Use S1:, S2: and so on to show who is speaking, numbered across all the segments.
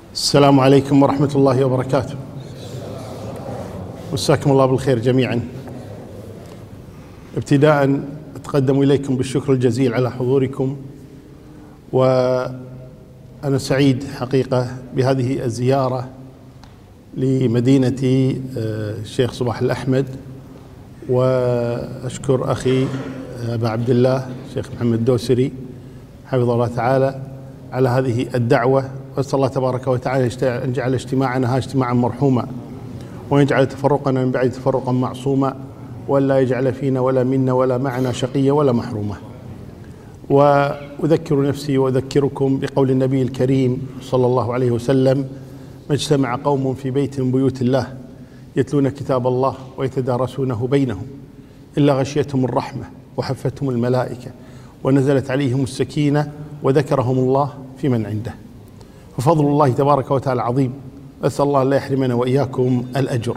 S1: السلام عليكم ورحمة الله وبركاته. مساكم الله بالخير جميعا. ابتداء أتقدم إليكم بالشكر الجزيل على حضوركم، وأنا سعيد حقيقة بهذه الزيارة لمدينة الشيخ صباح الأحمد، وأشكر أخي أبا عبد الله الشيخ محمد الدوسري حفظه الله تعالى على هذه الدعوة، وأسأل الله تبارك وتعالى أن يجعل اجتماعنا هذا اجتماعا مرحوما، وأن يجعل تفرقنا من بعد تفرقا معصوما، ولا يجعل فينا ولا منا ولا معنا شقيا ولا محروما. وأذكر نفسي وأذكركم بقول النبي الكريم صلى الله عليه وسلم: ما اجتمع قوم في بيت من بيوت الله يتلون كتاب الله ويتدارسونه بينهم إلا غشيتهم الرحمة وحفتهم الملائكة ونزلت عليهم السكينة وذكرهم الله في من عنده. ففضل الله تبارك وتعالى عظيم، أسأل الله لا يحرمنا وإياكم الأجر.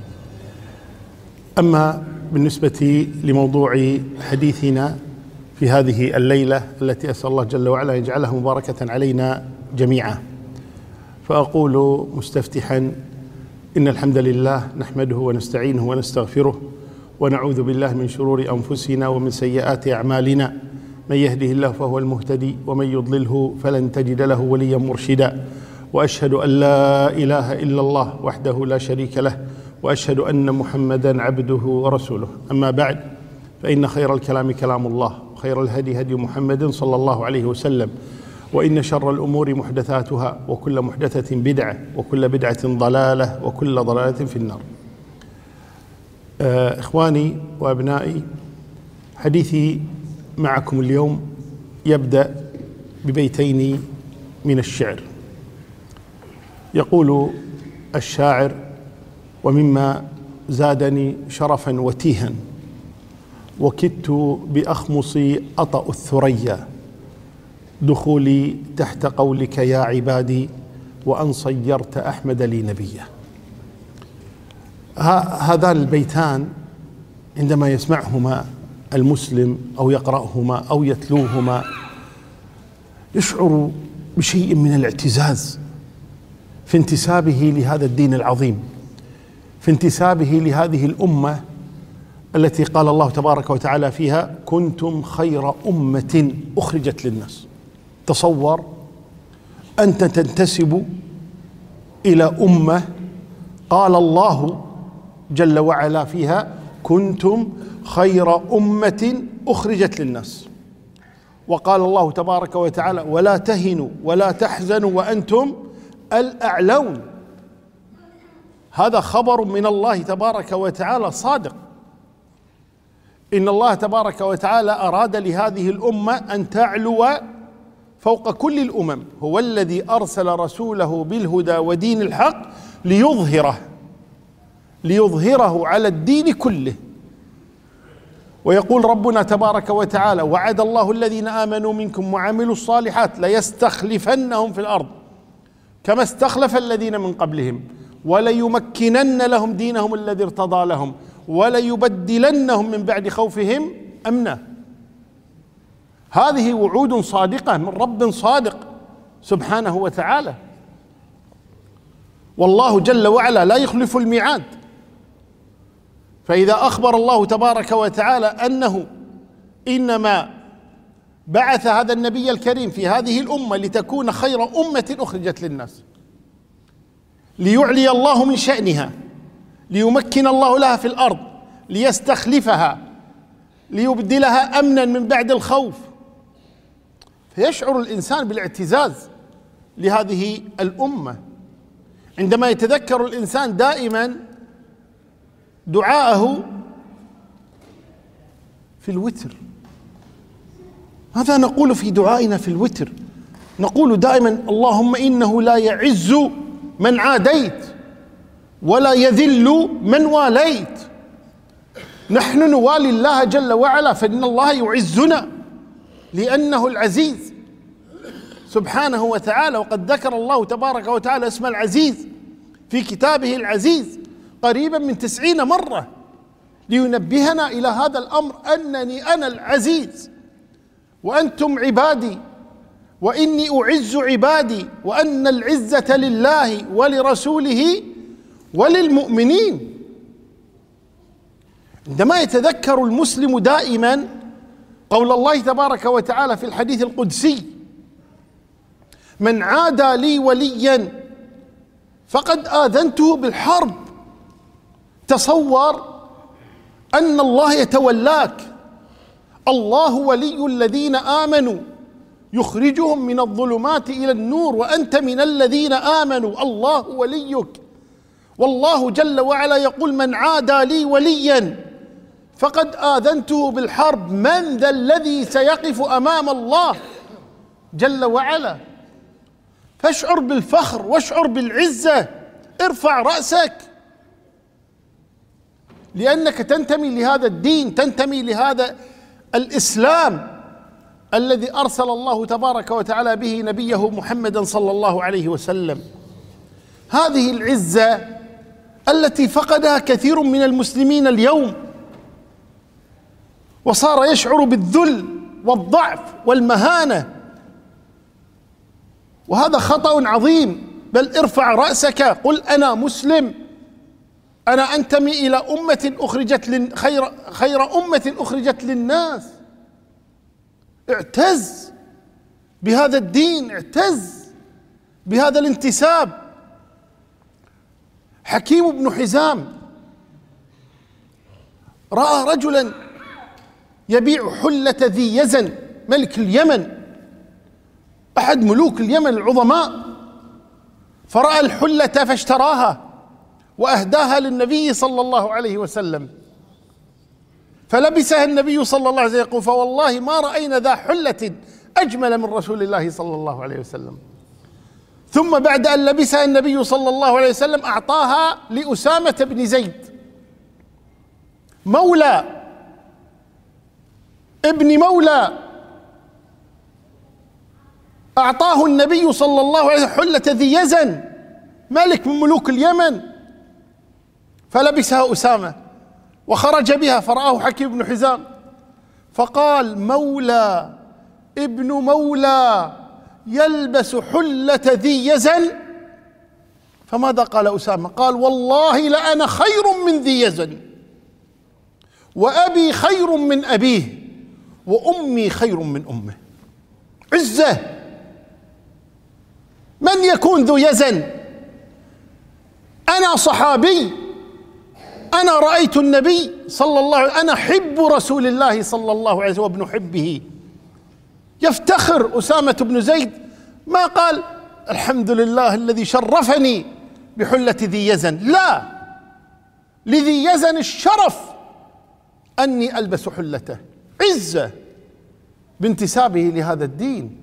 S1: أما بالنسبة لموضوع حديثنا في هذه الليلة التي أسأل الله جل وعلا يجعلها مباركة علينا جميعا، فأقول مستفتحا: إن الحمد لله نحمده ونستعينه ونستغفره، ونعوذ بالله من شرور أنفسنا ومن سيئات أعمالنا، من يهده الله فهو المهتدي، ومن يضلله فلن تجد له وليا مرشدا. وأشهد أن لا إله إلا الله وحده لا شريك له، وأشهد أن محمدا عبده ورسوله. أما بعد، فإن خير الكلام كلام الله، وخير الهدي هدي محمد صلى الله عليه وسلم، وإن شر الأمور محدثاتها، وكل محدثة بدعة، وكل بدعة ضلالة، وكل ضلالة في النار. إخواني وأبنائي، حديثي معكم اليوم يبدأ ببيتين من الشعر. يقول الشاعر: ومما زادني شرفا وتيها وكدت بأخمصي أطأ الثريا، دخولي تحت قولك يا عبادي، وأن صيرت أحمد لي نبيا. هذان البيتان عندما يسمعهما المسلم أو يقرأهما أو يتلوهما يشعر بشيء من الاعتزاز في انتسابه لهذا الدين العظيم، في انتسابه لهذه الأمة التي قال الله تبارك وتعالى فيها: كنتم خير أمة أخرجت للناس. تصور أنت تنتسب إلى أمة قال الله جل وعلا فيها: كنتم خير أمة أخرجت للناس، وقال الله تبارك وتعالى: ولا تهنوا ولا تحزنوا وأنتم الأعلون. هذا خبر من الله تبارك وتعالى صادق. إن الله تبارك وتعالى أراد لهذه الأمة أن تعلو فوق كل الأمم. هو الذي أرسل رسوله بالهدى ودين الحق ليظهره على الدين كله. ويقول ربنا تبارك وتعالى: وعد الله الذين آمنوا منكم وعملوا الصالحات ليستخلفنهم في الأرض كما استخلف الذين من قبلهم وليمكنن لهم دينهم الذي ارتضى لهم وليبدلنهم من بعد خوفهم أمنا. هذه وعود صادقة من رب صادق سبحانه وتعالى، والله جل وعلا لا يخلف الميعاد. فإذا أخبر الله تبارك وتعالى أنه إنما بعث هذا النبي الكريم في هذه الأمة لتكون خير أمة أخرجت للناس، ليعلي الله من شأنها، ليمكن الله لها في الأرض، ليستخلفها، ليبدلها أمنا من بعد الخوف، فيشعر الإنسان بالاعتزاز لهذه الأمة عندما يتذكر الإنسان دائما دعاءه في الوتر. هذا نقول في دعائنا في الوتر، نقول دائما: اللهم إنه لا يعز من عاديت ولا يذل من واليت. نحن نوالي الله جل وعلا، فإن الله يعزنا لأنه العزيز سبحانه وتعالى. وقد ذكر الله تبارك وتعالى اسم العزيز في كتابه العزيز قريبا من 90 مرة لينبهنا إلى هذا الأمر: أنني أنا العزيز وأنتم عبادي وإني أعز عبادي وأن العزة لله ولرسوله وللمؤمنين. عندما يتذكر المسلم دائما قول الله تبارك وتعالى في الحديث القدسي: من عادى لي وليا فقد آذنته بالحرب. تصور أن الله يتولاك، الله ولي الذين آمنوا يخرجهم من الظلمات إلى النور، وأنت من الذين آمنوا، الله وليك. والله جل وعلا يقول: من عادى لي وليا فقد آذنته بالحرب. من ذا الذي سيقف أمام الله جل وعلا؟ فاشعر بالفخر واشعر بالعزة، ارفع رأسك، لأنك تنتمي لهذا الدين، تنتمي لهذا الإسلام الذي أرسل الله تبارك وتعالى به نبيه محمدا صلى الله عليه وسلم. هذه العزة التي فقدها كثير من المسلمين اليوم، وصار يشعر بالذل والضعف والمهانة، وهذا خطأ عظيم. بل ارفع رأسك، قل أنا مسلم، أنا أنتمي إلى أمة أخرجت خير أمة أخرجت للناس. اعتز بهذا الدين، اعتز بهذا الانتساب. حكيم بن حزام رأى رجلا يبيع حلة ذي يزن، ملك اليمن، أحد ملوك اليمن العظماء، فرأى الحلة فاشتراها وأهداها للنبي صلى الله عليه وسلم، فلبسها النبي صلى الله عليه وسلم، يقول: فوالله ما رأينا ذا حلة أجمل من رسول الله صلى الله عليه وسلم. ثم بعد أن لبسها النبي صلى الله عليه وسلم أعطاها لأسامة بن زيد مولى ابن مولى، أعطاه النبي صلى الله عليه وسلم حلة ذي يزن، ملك من ملوك اليمن، فلبسها أسامة وخرج بها، فرآه حكيم بن حزام فقال: مولى ابن مولى يلبس حلة ذي يزن. فماذا قال أسامة؟ قال: والله لأنا خير من ذي يزن، وأبي خير من أبيه، وأمي خير من أمه. عزة. من يكون ذو يزن؟ أنا صحابي، أنا رأيت النبي صلى الله عليه وسلم، أنا حب رسول الله صلى الله عليه وسلم وابن حبه. يفتخر أسامة بن زيد، ما قال: الحمد لله الذي شرفني بحلة ذي يزن، لا، لذي يزن الشرف أني ألبس حلته. عزة بانتسابه لهذا الدين.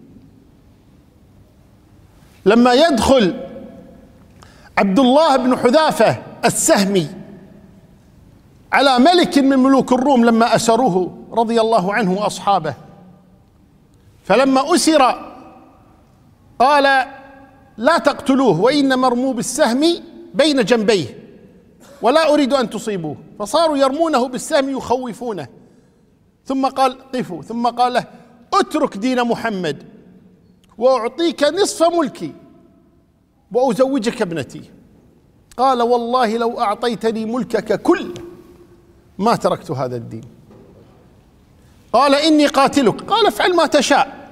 S1: لما يدخل عبد الله بن حذافة السهمي على ملك من ملوك الروم لما أسروه رضي الله عنه وأصحابه، فلما أسر قال: لا تقتلوه، وإنما ارموا بالسهم بين جنبيه ولا أريد أن تصيبوه. فصاروا يرمونه بالسهم يخوفونه، ثم قال: قفوا، ثم قال له: اترك دين محمد وأعطيك نصف ملكي وأزوجك ابنتي. قال: والله لو أعطيتني ملكك كله ما تركت هذا الدين. قال: إني قاتلك. قال: افعل ما تشاء.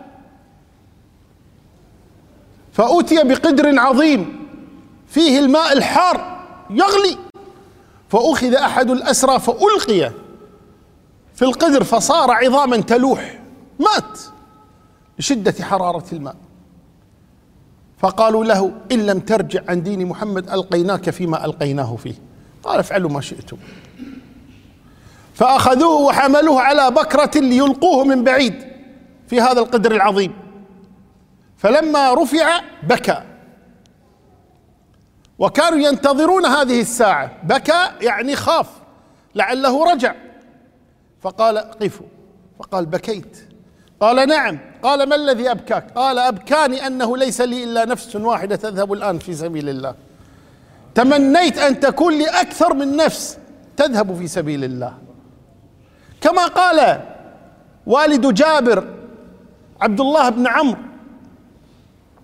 S1: فأتي بقدر عظيم فيه الماء الحار يغلي، فأخذ أحد الأسرى فألقي في القدر فصار عظاما تلوح، مات لشدة حرارة الماء. فقالوا له: إن لم ترجع عن دين محمد ألقيناك فيما ألقيناه فيه. قال: افعلوا ما شئتم. فأخذوه وحملوه على بكرة ليلقوه من بعيد في هذا القدر العظيم، فلما رفع بكى، وكانوا ينتظرون هذه الساعة. بكى يعني خاف لعله رجع، فقال: قفوا. فقال: بكيت؟ قال: نعم. قال: ما الذي أبكاك؟ قال: أبكاني أنه ليس لي إلا نفس واحدة تذهب الآن في سبيل الله، تمنيت أن تكون لي أكثر من نفس تذهب في سبيل الله. كما قال والد جابر عبد الله بن عمرو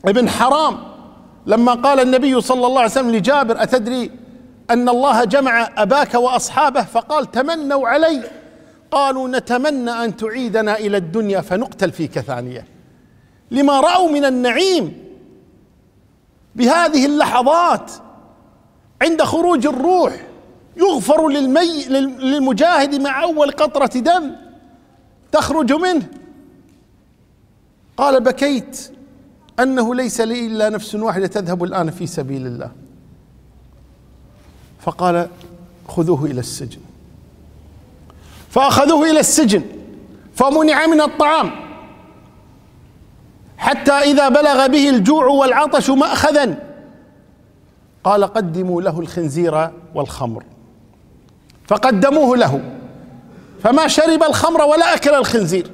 S1: ابن حرام لما قال النبي صلى الله عليه وسلم لجابر: أتدري أن الله جمع أباك وأصحابه؟ فقال: تمنوا علي. قالوا: نتمنى أن تعيدنا إلى الدنيا فنقتل فيك ثانية. لما رأوا من النعيم بهذه اللحظات عند خروج الروح، يغفر للمجاهد مع أول قطرة دم تخرج منه. قال: بكيت أنه ليس لي إلا نفس واحدة تذهب الآن في سبيل الله. فقال: خذوه إلى السجن. فأخذوه إلى السجن فمنع من الطعام حتى إذا بلغ به الجوع والعطش مأخذا قال: قدموا له الخنزير والخمر. فقدموه له فما شرب الخمر ولا أكل الخنزير.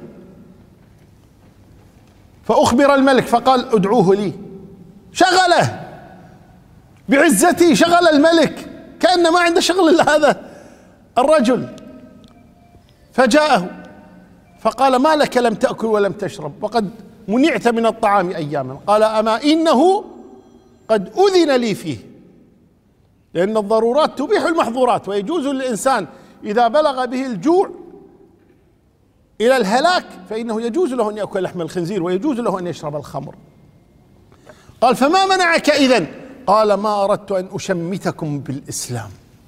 S1: فأخبر الملك فقال: ادعوه لي. شغله بعزتي، شغل الملك كأن ما عنده شغل إلا هذا الرجل. فجاءه فقال: ما لك لم تأكل ولم تشرب وقد منعت من الطعام أياما؟ قال: أما إنه قد أذن لي فيه، لأن الضرورات تبيح المحظورات، ويجوز للإنسان إذا بلغ به الجوع إلى الهلاك فإنه يجوز له أن يأكل لحم الخنزير ويجوز له أن يشرب الخمر. قال: فما منعك إذن؟ قال: ما أردت أن أشمتكم بالإسلام،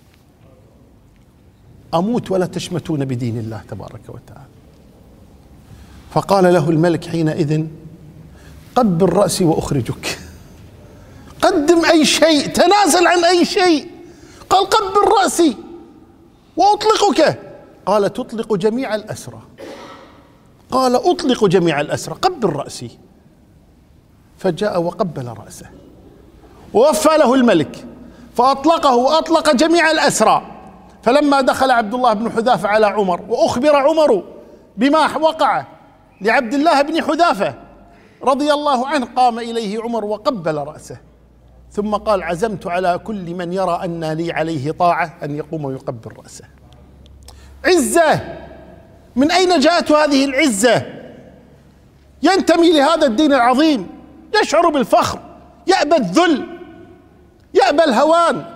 S1: أموت ولا تشمتون بدين الله تبارك وتعالى. فقال له الملك حينئذ: قبل رأسي وأخرجك. قدم أي شيء، تنازل عن أي شيء. قال: قبل رأسي وأطلقك. قال: تطلق جميع الأسرى. قال: أطلق جميع الأسرى، قبل رأسي. فجاء وقبل رأسه ووفى له الملك فأطلقه وأطلق جميع الأسرى. فلما دخل عبد الله بن حذافة على عمر وأخبر عمر بما وقع لعبد الله بن حذافة رضي الله عنه، قام إليه عمر وقبل رأسه ثم قال: عزمت على كل من يرى أن لي عليه طاعة أن يقوم ويقبل رأسه. عزة، من أين جاءت هذه العزة؟ ينتمي لهذا الدين العظيم، يشعر بالفخر، يأبى الذل، يأبى الهوان.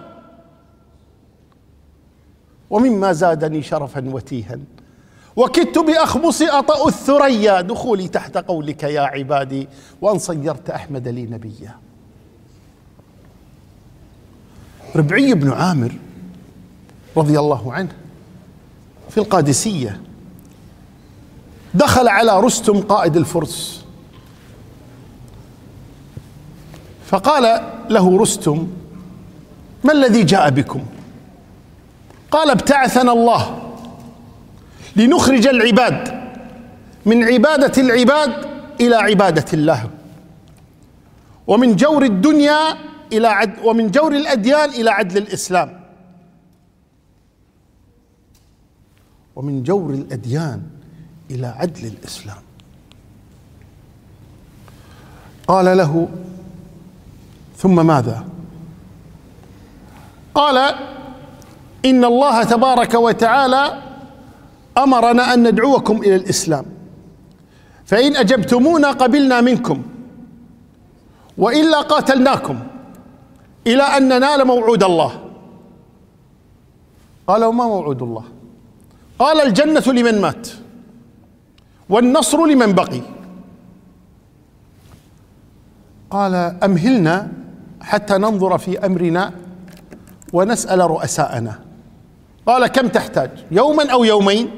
S1: ومما زادني شرفا وتيها وكدت بأخمصي أطأ الثريا دخولي تحت قولك يا عبادي وأن صيرت أحمد لي نبيا. ربعي بن عامر رضي الله عنه في القادسية دخل على رستم قائد الفرس فقال له رستم: ما الذي جاء بكم؟ قال: ابتعثنا الله لنخرج العباد من عبادة العباد إلى عبادة الله، ومن جور الدنيا إلى ومن جور الأديان إلى عدل الإسلام، ومن جور الأديان إلى عدل الإسلام. قال له: ثم ماذا؟ قال: إن الله تبارك وتعالى أمرنا أن ندعوكم إلى الإسلام، فإن أجبتمونا قبلنا منكم وإلا قاتلناكم إلى أن ننال موعود الله. قال: وما موعود الله؟ قال: الجنة لمن مات والنصر لمن بقي. قال: أمهلنا حتى ننظر في أمرنا ونسأل رؤساءنا. قال: كم تحتاج؟ يوما أو يومين؟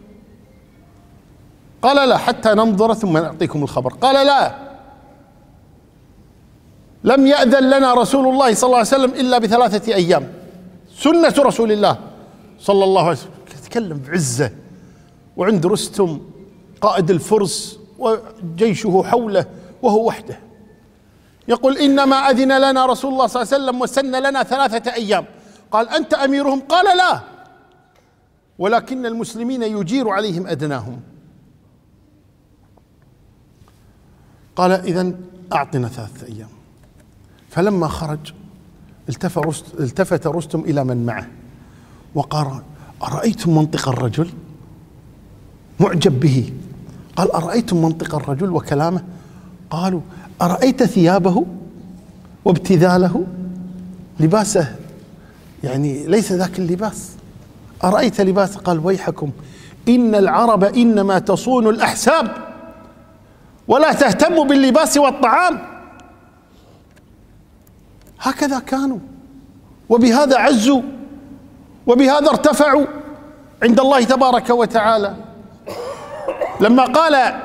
S1: قال: لا، حتى ننظر ثم نعطيكم الخبر. قال: لا، لم يأذن لنا رسول الله صلى الله عليه وسلم إلا ب3 أيام، سنة رسول الله صلى الله عليه وسلم. يتكلم بعزة وعند رستم قائد الفرس وجيشه حوله وهو وحده، يقول: إنما أذن لنا رسول الله صلى الله عليه وسلم وسن لنا 3 أيام. قال: أنت أميرهم؟ قال: لا، ولكن المسلمين يجير عليهم أدناهم. قال: إذن أعطنا 3 أيام. فلما خرج التفت رستم إلى من معه وقال: أرأيتم منطق الرجل؟ معجب به. قال: أرأيتم منطق الرجل وكلامه؟ قالوا: أرأيت ثيابه وابتذاله، لباسه يعني ليس ذاك اللباس. أرأيت لباسه، قال ويحكم إن العرب إنما تصون الأحساب ولا تهتم باللباس والطعام. هكذا كانوا، وبهذا عزوا، وبهذا ارتفعوا عند الله تبارك وتعالى. لما قال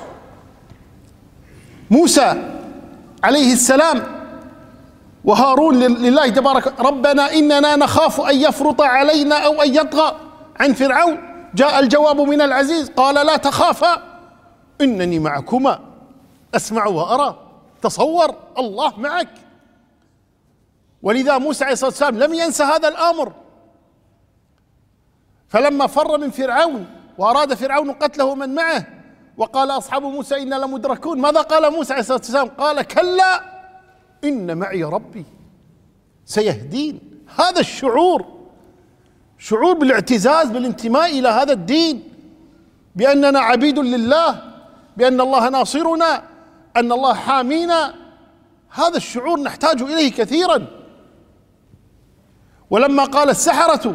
S1: موسى عليه السلام وهارون لله تبارك: ربنا إننا نخاف أن يفرط علينا أو أن يطغى عن فرعون، جاء الجواب من العزيز قال: لا تخافا إنني معكما أسمع وأرى. تصور الله معك. ولذا موسى عليه الصلاة والسلام لم ينسى هذا الأمر، فلما فر من فرعون وأراد فرعون قتله ومن معه وقال أصحاب موسى إنا لمدركون، ماذا قال موسى عليه الصلاة والسلام؟ قال: كلا إن معي ربي سيهدين. هذا الشعور، شعور بالاعتزاز بالانتماء إلى هذا الدين، بأننا عبيد لله، بأن الله ناصرنا، أن الله حامينا. هذا الشعور نحتاج إليه كثيرا. ولما قال السحرة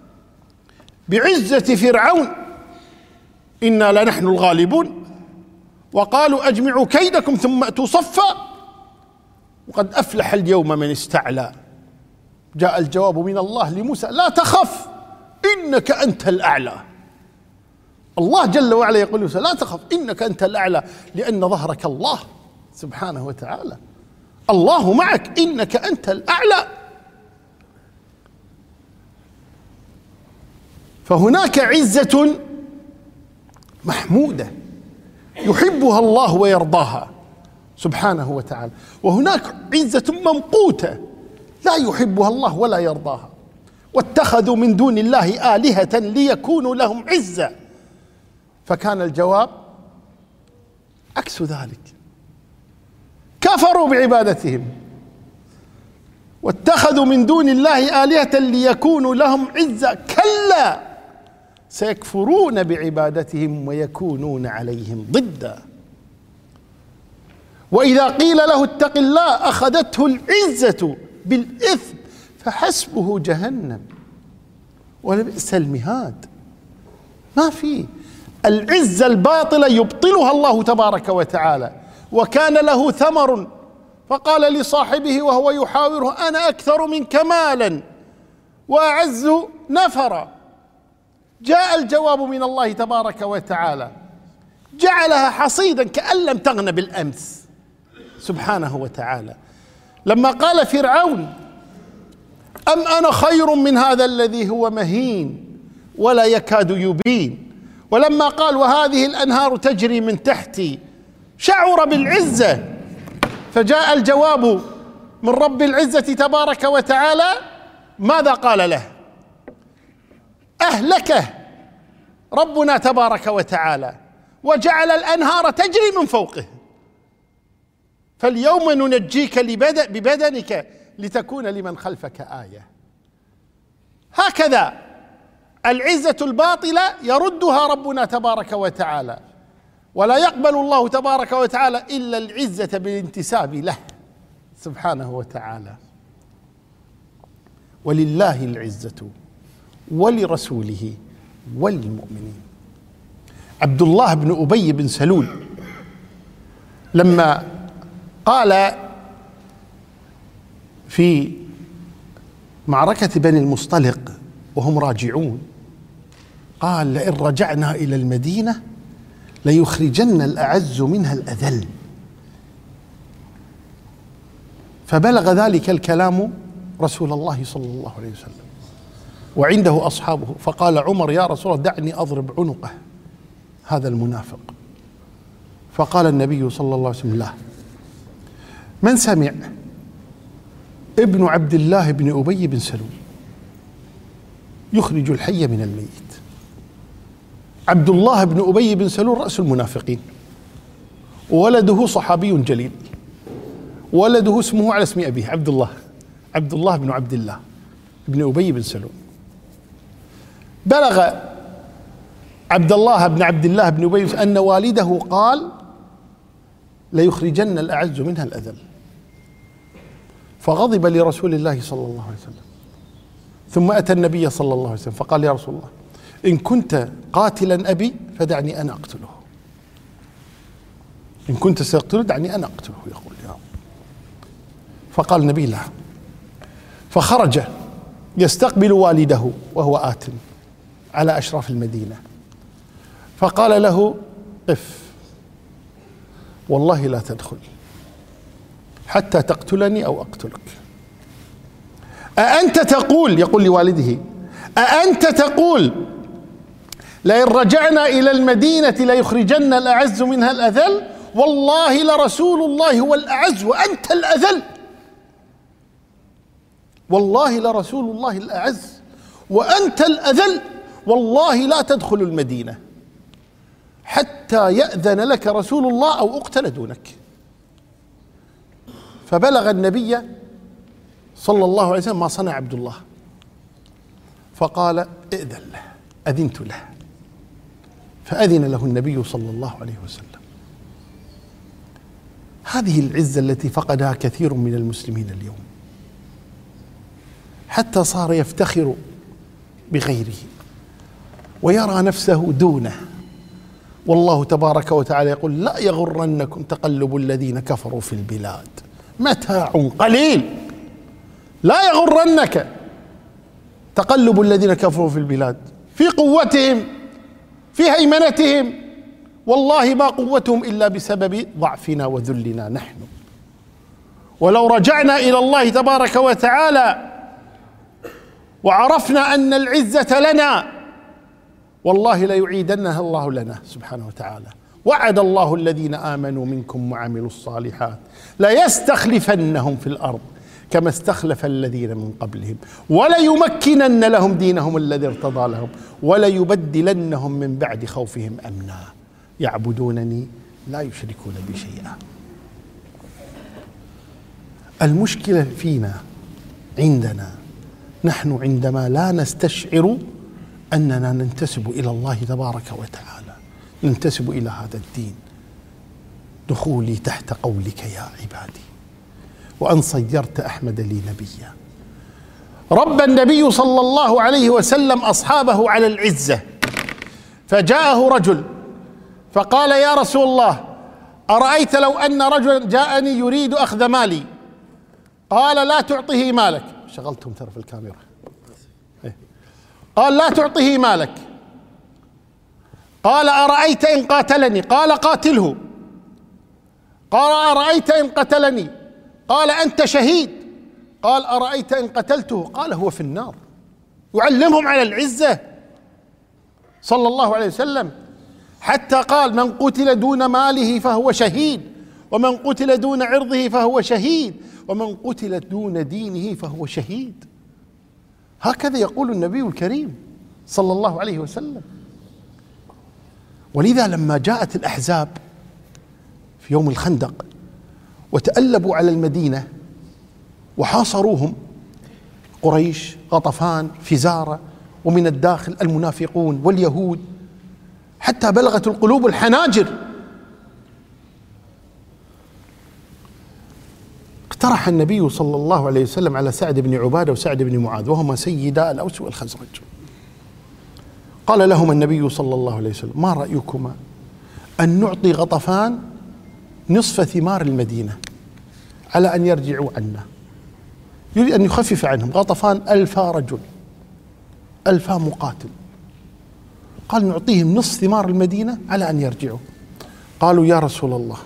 S1: بعزة فرعون إنا لنحن الغالبون، وقالوا أجمعوا كيدكم ثم أتوا صفا وقد أفلح اليوم من استعلى، جاء الجواب من الله لموسى: لا تخف إنك أنت الأعلى. الله جل وعلا يقول لموسى: لا تخف إنك أنت الأعلى، لأن ظهرك الله سبحانه وتعالى، الله معك، إنك أنت الأعلى. فهناك عزة محمودة يحبها الله ويرضاها سبحانه وتعالى، وهناك عزة ممقوتة لا يحبها الله ولا يرضاها. واتخذوا من دون الله آلهة ليكونوا لهم عزة، فكان الجواب عكس ذلك، كفروا بعبادتهم. واتخذوا من دون الله آلهة ليكونوا لهم عزة، كلا سيكفرون بعبادتهم ويكونون عليهم ضدا. وإذا قيل له اتق الله أخذته العزة بالإثم فحسبه جهنم ولبئس المهاد. ما في العزة الباطلة يبطلها الله تبارك وتعالى. وكان له ثمر فقال لصاحبه وهو يحاوره: أنا أكثر منك مالا وأعز نفرا. جاء الجواب من الله تبارك وتعالى، جعلها حصيدا كأن لم تغن بالأمس سبحانه وتعالى. لما قال فرعون: أم أنا خير من هذا الذي هو مهين ولا يكاد يبين، ولما قال: وهذه الأنهار تجري من تحتي، شعر بالعزة. فجاء الجواب من رب العزة تبارك وتعالى، ماذا قال له؟ أهلكه ربنا تبارك وتعالى وجعل الأنهار تجري من فوقه، فاليوم ننجيك ببدنك لتكون لمن خلفك آية. هكذا العزة الباطلة يردها ربنا تبارك وتعالى، ولا يقبل الله تبارك وتعالى إلا العزة بالانتساب له سبحانه وتعالى. ولله العزة ولرسوله وللمؤمنين. عبد الله بن أبي بن سلول لما قال في معركة بني المصطلق وهم راجعون، قال: لئن رجعنا إلى المدينة ليخرجن الأعز منها الأذل. فبلغ ذلك الكلام رسول الله صلى الله عليه وسلم وعنده أصحابه، فقال عمر: يا رسول الله دعني أضرب عنقه هذا المنافق. فقال النبي صلى الله عليه وسلم: لا. من سمع ابن عبد الله بن أبي بن سلول يخرج الحي من الميت. عبد الله بن أبي بن سلول رأس المنافقين، وولده صحابي جليل، ولده اسمه على اسم أبيه عبد الله بن عبد الله بن أبي بن سلول. بلغ عبد الله بن عبد الله بن أبي أن والده قال: ليخرجن الأعز منها الأذل. فغضب لرسول الله صلى الله عليه وسلم، ثم أتى النبي صلى الله عليه وسلم فقال: يا رسول الله، إن كنت قاتلا أبي فدعني أنا أقتله، إن كنت سأقتله دعني أنا أقتله. يقول يا رب. فقال النبي: لا. فخرج يستقبل والده وهو آت على أشراف المدينة، فقال له: قف، والله لا تدخل حتى تقتلني أو أقتلك. أأنت تقول، يقول لوالده: أأنت تقول لئن رجعنا إلى المدينة ليخرجن الأعز منها الأذل؟ والله لرسول الله هو الأعز وأنت الأذل، والله لرسول الله الأعز وأنت الأذل، والله لا تدخل المدينة حتى يأذن لك رسول الله أو أقتل دونك. فبلغ النبي صلى الله عليه وسلم ما صنع عبد الله، فقال: ائذن له. أذنت له، فأذن له النبي صلى الله عليه وسلم. هذه العزة التي فقدها كثير من المسلمين اليوم، حتى صار يفتخر بغيره ويرى نفسه دونه. والله تبارك وتعالى يقول: لا يغرنكم تقلب الذين كفروا في البلاد، متاع قليل. لا يغرنك تقلب الذين كفروا في البلاد، في قوتهم، في هيمنتهم، والله ما قوتهم إلا بسبب ضعفنا وذلنا نحن. ولو رجعنا إلى الله تبارك وتعالى وعرفنا أن العزة لنا، والله ليعيدنها الله لنا سبحانه وتعالى. وعد الله الذين آمنوا منكم وعملوا الصالحات ليستخلفنهم في الأرض كما استخلف الذين من قبلهم وليمكنن لهم دينهم الذي ارتضى لهم وليبدلنهم من بعد خوفهم أمنا يعبدونني لا يشركون بي شيئا. المشكلة فينا عندنا نحن عندما لا نستشعر أننا ننتسب إلى الله تبارك وتعالى، ننتسب إلى هذا الدين. دخولي تحت قولك يا عبادي، وأن صيرت أحمد لي نبيا. رب النبي صلى الله عليه وسلم أصحابه على العزة، فجاءه رجل فقال: يا رسول الله، أرأيت لو أن رجلا جاءني يريد أخذ مالي؟ قال: لا تعطه مالك. شغلتهم ترى في الكاميرا. قال: لا تعطه مالك. قال: أرأيت إن قاتلني؟ قال: قاتله. قال: أرأيت إن قتلني؟ قال: أنت شهيد. قال: أرأيت إن قتلته؟ قال: هو في النار. يعلمهم على العزة صلى الله عليه وسلم، حتى قال: من قتل دون ماله فهو شهيد، ومن قتل دون عرضه فهو شهيد، ومن قتل دون دينه فهو شهيد. هكذا يقول النبي الكريم صلى الله عليه وسلم. ولذا لما جاءت الأحزاب في يوم الخندق وتألبوا على المدينة وحاصروهم قريش، غطفان، فزارة، ومن الداخل المنافقون واليهود، حتى بلغت القلوب الحناجر، اقترح النبي صلى الله عليه وسلم على سعد بن عبادة وسعد بن معاذ وهما سيدا الأوس والخزرج. قال لهما النبي صلى الله عليه وسلم: ما رأيكما أن نعطي غطفان نصف ثمار المدينة على أن يرجعوا عنا؟ يريد أن يخفف عنهم. غطفان 1000 رجل، 1000 مقاتل. قال: نعطيهم نصف ثمار المدينة على أن يرجعوا. قالوا: يا رسول الله،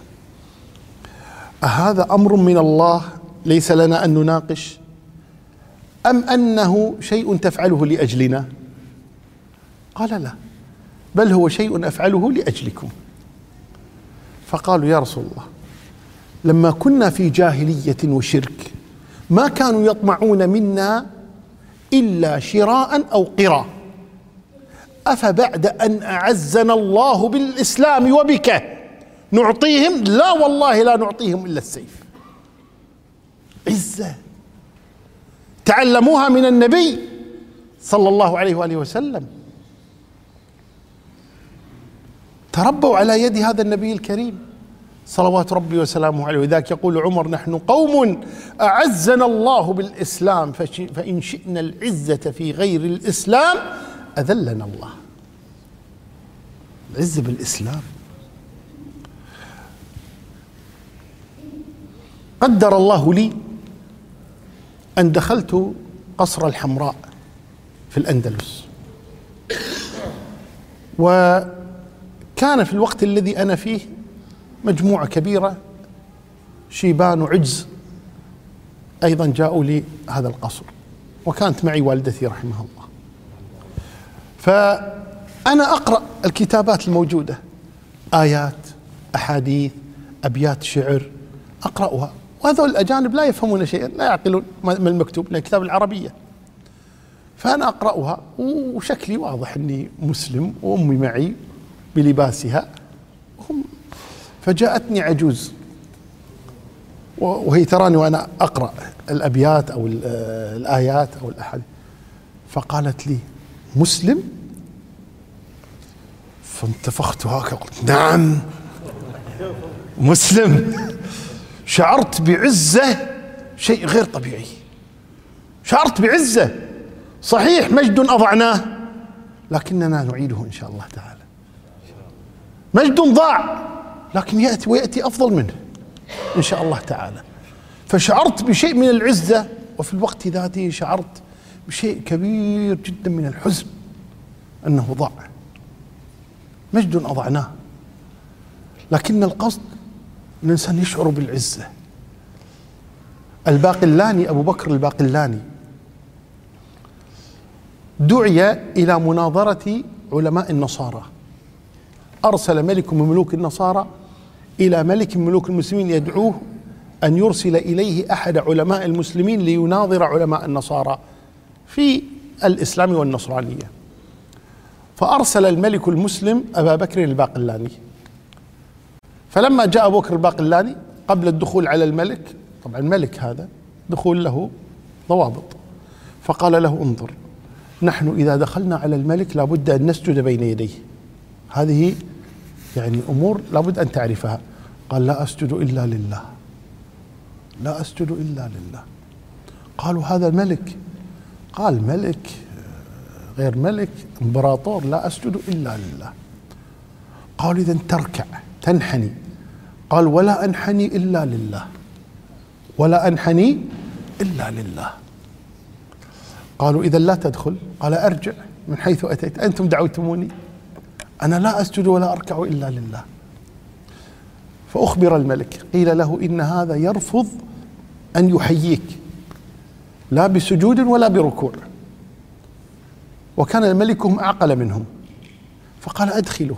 S1: أهذا أمر من الله ليس لنا أن نناقش، أم أنه شيء تفعله لأجلنا؟ قال: لا، بل هو شيء أفعله لأجلكم. فقالوا: يا رسول الله، لما كنا في جاهلية وشرك ما كانوا يطمعون منا إلا شراء أو قراء، أفبعد أن أعزنا الله بالإسلام وبك نعطيهم؟ لا والله لا نعطيهم إلا السيف. عزة تعلموها من النبي صلى الله عليه وآله وسلم، تربوا على يد هذا النبي الكريم صلوات ربي وسلامه عليه. وذاك يقول عمر: نحن قوم أعزنا الله بالإسلام، فإن شئنا العزة في غير الإسلام أذلنا الله. العزة بالإسلام. قدر الله لي أن دخلت قصر الحمراء في الأندلس، وكان في الوقت الذي أنا فيه مجموعة كبيرة شيبان وعجز أيضا جاءوا لي هذا القصر، وكانت معي والدتي رحمها الله. فأنا أقرأ الكتابات الموجودة، آيات، أحاديث، أبيات شعر، أقرأها، وهذول الأجانب لا يفهمون شيئا، لا يعقلون ما المكتوب، لأن الكتاب العربية. فأنا أقرأها وشكلي واضح أني مسلم، وأمي معي بلباسها، فجاءتني عجوز وهي تراني وأنا أقرأ الأبيات أو الآيات أو الأحاديث، فقالت لي: مسلم؟ فانتفخت هكذا، قلت: نعم مسلم. شعرت بعزة شيء غير طبيعي، شعرت بعزة. صحيح مجد أضعناه، لكننا نعيده إن شاء الله تعالى. مجد ضاع، لكن يأتي ويأتي أفضل منه إن شاء الله تعالى. فشعرت بشيء من العزة، وفي الوقت ذاته شعرت بشيء كبير جدا من الحزن أنه ضاع. مجد أضعناه، لكن القصد الإنسان يشعر بالعزة. الباقلاني، أبو بكر الباقلاني، دعي إلى مناظرة علماء النصارى. أرسل ملك من ملوك النصارى إلى ملك من ملوك المسلمين يدعوه أن يرسل إليه أحد علماء المسلمين ليناظر علماء النصارى في الإسلام والنصرانية. فأرسل الملك المسلم أبا بكر الباقلاني. فلما جاء أبو بكر الباقلاني قبل الدخول على الملك، طبعا الملك هذا دخول له ضوابط، فقال له: انظر، نحن إذا دخلنا على الملك لابد أن نسجد بين يديه، هذه يعني أمور لابد أن تعرفها. قال: لا أسجد إلا لله، لا أسجد إلا لله. قالوا: هذا ملك. قال: ملك غير ملك، امبراطور، لا أسجد إلا لله. قالوا: إذن تركع، تنحني. قال: ولا أنحني إلا لله، ولا أنحني إلا لله. قالوا: إذن لا تدخل. قال: أرجع من حيث أتيت، أنتم دعوتموني، أنا لا أسجد ولا أركع إلا لله. فأخبر الملك، قيل له: إن هذا يرفض أن يحييك، لا بسجود ولا بركوع. وكان الملكهم أعقل منهم، فقال: أدخلوه.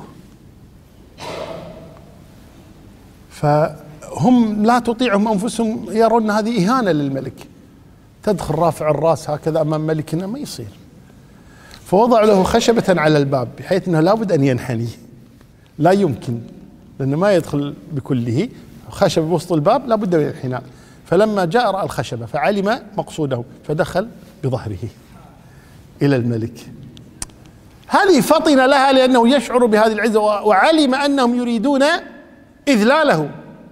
S1: فهم لا تطيعهم أنفسهم، يرون هذه إهانة للملك، تدخل رافع الرأس هكذا أمام ملكنا، ما يصير. فوضع له خشبة على الباب بحيث أنه لابد أن ينحني، لا يمكن، لأنه ما يدخل بكله، خشبة بوسط الباب لابد من الانحناء. فلما جاء رأى الخشبة فعلم مقصوده، فدخل بظهره إلى الملك. هذه فطن لها لأنه يشعر بهذه العزة، وعلم أنهم يريدون إذلاله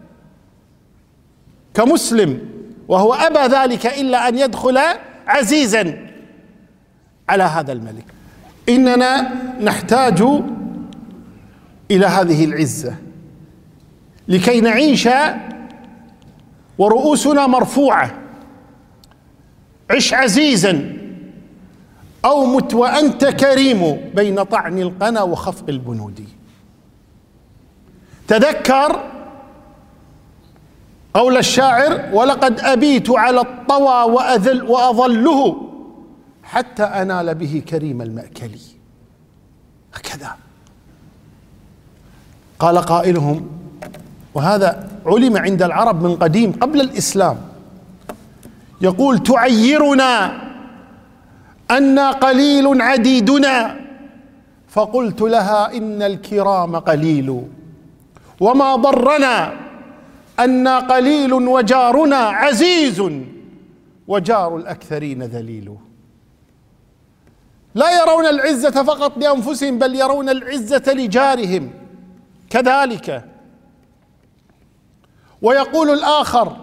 S1: كمسلم، وهو أبى ذلك إلا أن يدخل عزيزا على هذا الملك. إننا نحتاج إلى هذه العزة لكي نعيش ورؤوسنا مرفوعة. عش عزيزا أو مت وأنت كريم، بين طعن القنا وخفق البنود. تذكر قول الشاعر: ولقد أبيت على الطوى وأظله حتى أنال به كريم المأكل. هكذا قال قائلهم، وهذا علم عند العرب من قديم قبل الإسلام، يقول: تعيرنا أنا قليل عديدنا، فقلت لها إن الكرام قليل، وما ضرنا أنا قليل وجارنا عزيز، وجار الأكثرين ذليل. لا يرون العزة فقط لأنفسهم، بل يرون العزة لجارهم كذلك. ويقول الآخر: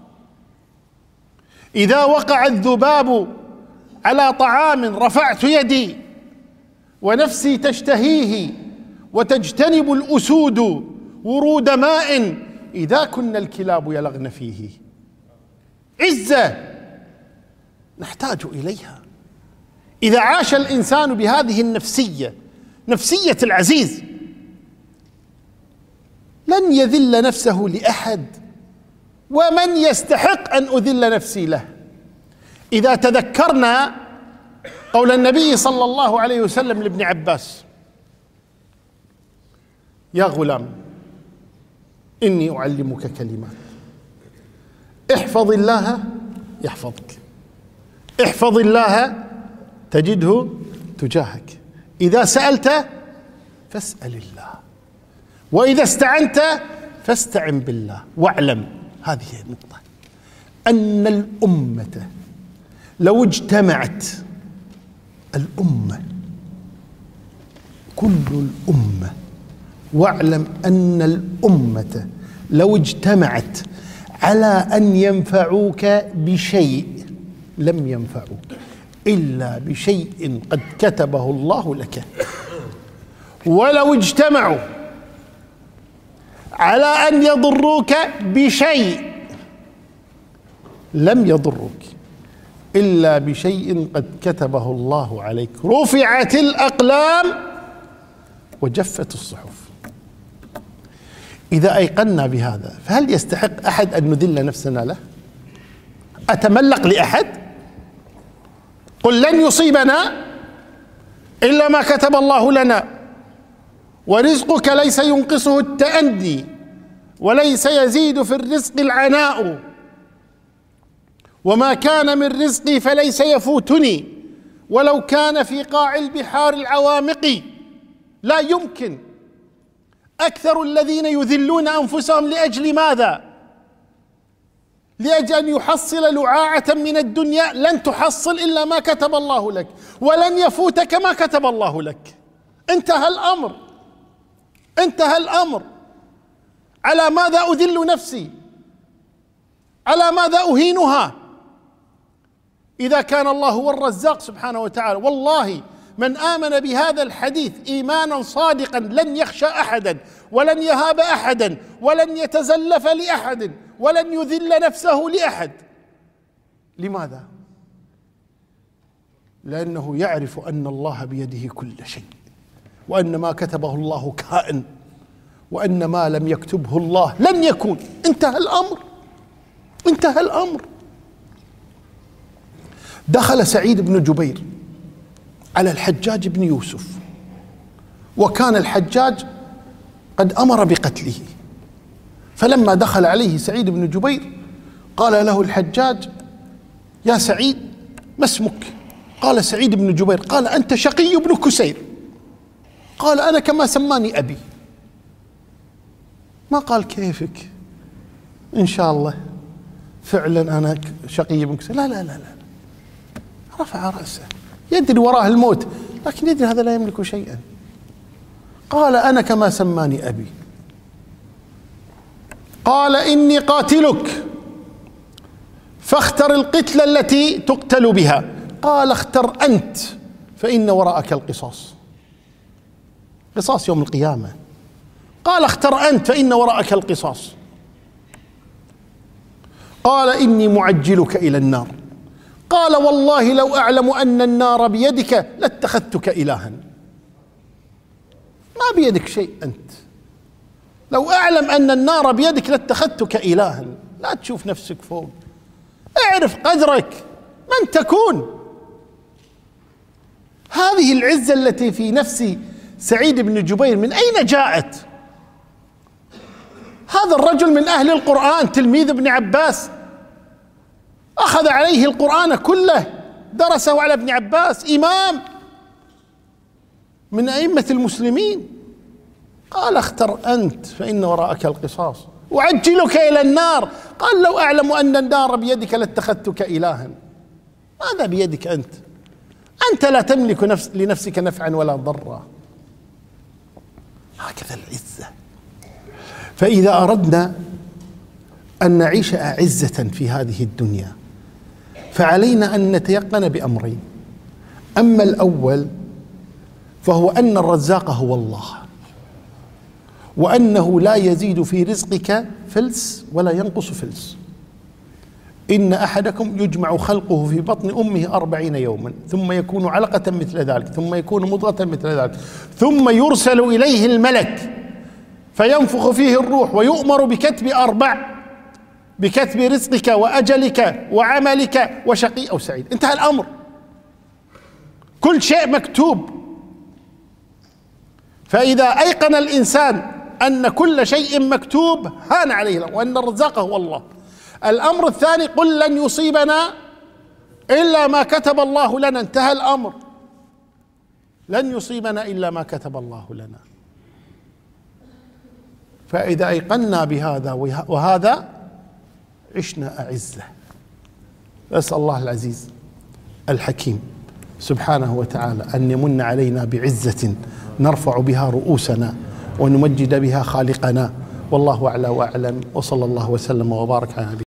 S1: إذا وقع الذباب على طعام رفعت يدي ونفسي تشتهيه، وتجتنب الأسود ورود ماء إذا كنا الكلاب يلغن فيه. عزة نحتاج إليها. إذا عاش الإنسان بهذه النفسية، نفسية العزيز، لن يذل نفسه لأحد، ومن يستحق أن أذل نفسي له. إذا تذكرنا قول النبي صلى الله عليه وسلم لابن عباس: يا غلام إني أعلمك كلمات، احفظ الله يحفظك، احفظ الله تجده تجاهك، إذا سألت فاسأل الله، وإذا استعنت فاستعن بالله. واعلم، هذه النقطة، أن الأمة لو اجتمعت، الأمة كل الأمة، واعلم أن الأمة لو اجتمعت على أن ينفعوك بشيء لم ينفعوك إلا بشيء قد كتبه الله لك. ولو اجتمعوا على أن يضروك بشيء لم يضروك إلا بشيء قد كتبه الله عليك. رفعت الأقلام وجفت الصحف. إذا أيقنا بهذا، فهل يستحق أحد أن نذل نفسنا له؟ أتملق لأحد؟ قل لن يصيبنا إلا ما كتب الله لنا، ورزقك ليس ينقصه التأني، وليس يزيد في الرزق العناء، وما كان من رزقي فليس يفوتني، ولو كان في قاع البحار العوامق. لا يمكن. أكثر الذين يذلون أنفسهم لأجل ماذا؟ لأجل أن يحصل لعاعة من الدنيا لن تحصل إلا ما كتب الله لك، ولن يفوتك ما كتب الله لك. انتهى الأمر، انتهى الأمر. على ماذا أذل نفسي؟ على ماذا أهينها إذا كان الله هو الرزاق سبحانه وتعالى؟ والله من آمن بهذا الحديث إيمانا صادقا لن يخشى أحدا، ولن يهاب أحدا، ولن يتزلف لأحد، ولن يذل نفسه لأحد. لماذا؟ لأنه يعرف أن الله بيده كل شيء، وأن ما كتبه الله كائن، وأن ما لم يكتبه الله لن يكون. انتهى الأمر، انتهى الأمر. دخل سعيد بن جبير على الحجاج بن يوسف، وكان الحجاج قد أمر بقتله. فلما دخل عليه سعيد بن جبير قال له الحجاج: يا سعيد ما اسمك؟ قال: سعيد بن جبير. قال: أنت شقي بن كسير. قال: أنا كما سماني أبي. ما قال كيفك إن شاء الله فعلا أنا شقي بن كسير، لا لا لا لا، رفع رأسه، يدري وراه الموت، لكن يدري هذا لا يملك شيئا. قال: أنا كما سماني أبي. قال: إني قاتلك فاختر القتلة التي تقتل بها. قال: اختر أنت فإن وراءك القصاص، قصاص يوم القيامة. قال: اختر أنت فإن وراءك القصاص. قال: إني معجلك إلى النار. قال: والله لو أعلم أن النار بيدك لاتخذتك إلها. ما بيدك شيء أنت، لو أعلم أن النار بيدك لاتخذتك إلها. لا تشوف نفسك فوق، اعرف قدرك من تكون. هذه العزة التي في نفس سعيد بن جبير من أين جاءت؟ هذا الرجل من أهل القرآن، تلميذ ابن عباس، أخذ عليه القرآن كله، درسه على ابن عباس، إمام من أئمة المسلمين. قال: اختر أنت فإن وراءك القصاص، أعجلك إلى النار. قال: لو أعلم أن النار بيدك لاتخذتك إلها. ماذا بيدك أنت؟ أنت لا تملك لنفسك نفعا ولا ضرا. هكذا العزة. فإذا أردنا أن نعيش أعزة في هذه الدنيا، فعلينا أن نتيقن بأمرين. أما الأول فهو أن الرزاق هو الله، وأنه لا يزيد في رزقك فلس ولا ينقص فلس. إن أحدكم يجمع خلقه في بطن أمه 40 يوما ثم يكون علقة مثل ذلك ثم يكون مضغة مثل ذلك ثم يرسل إليه الملك فينفخ فيه الروح ويؤمر بكتب 4: بكتب رزقك وأجلك وعملك وشقي أو سعيد. انتهى الأمر، كل شيء مكتوب. فإذا أيقن الإنسان أن كل شيء مكتوب هان عليه الأمر، وأن الرزاق هو الله. الأمر الثاني: قل لن يصيبنا إلا ما كتب الله لنا. انتهى الأمر، لن يصيبنا إلا ما كتب الله لنا. فإذا أيقنا بهذا وهذا عشنا أعزة. أسأل الله العزيز الحكيم سبحانه وتعالى أن يمن علينا بعزة نرفع بها رؤوسنا ونمجد بها خالقنا. والله أعلى وأعلم، وصلى الله وسلم وبارك على نبينا.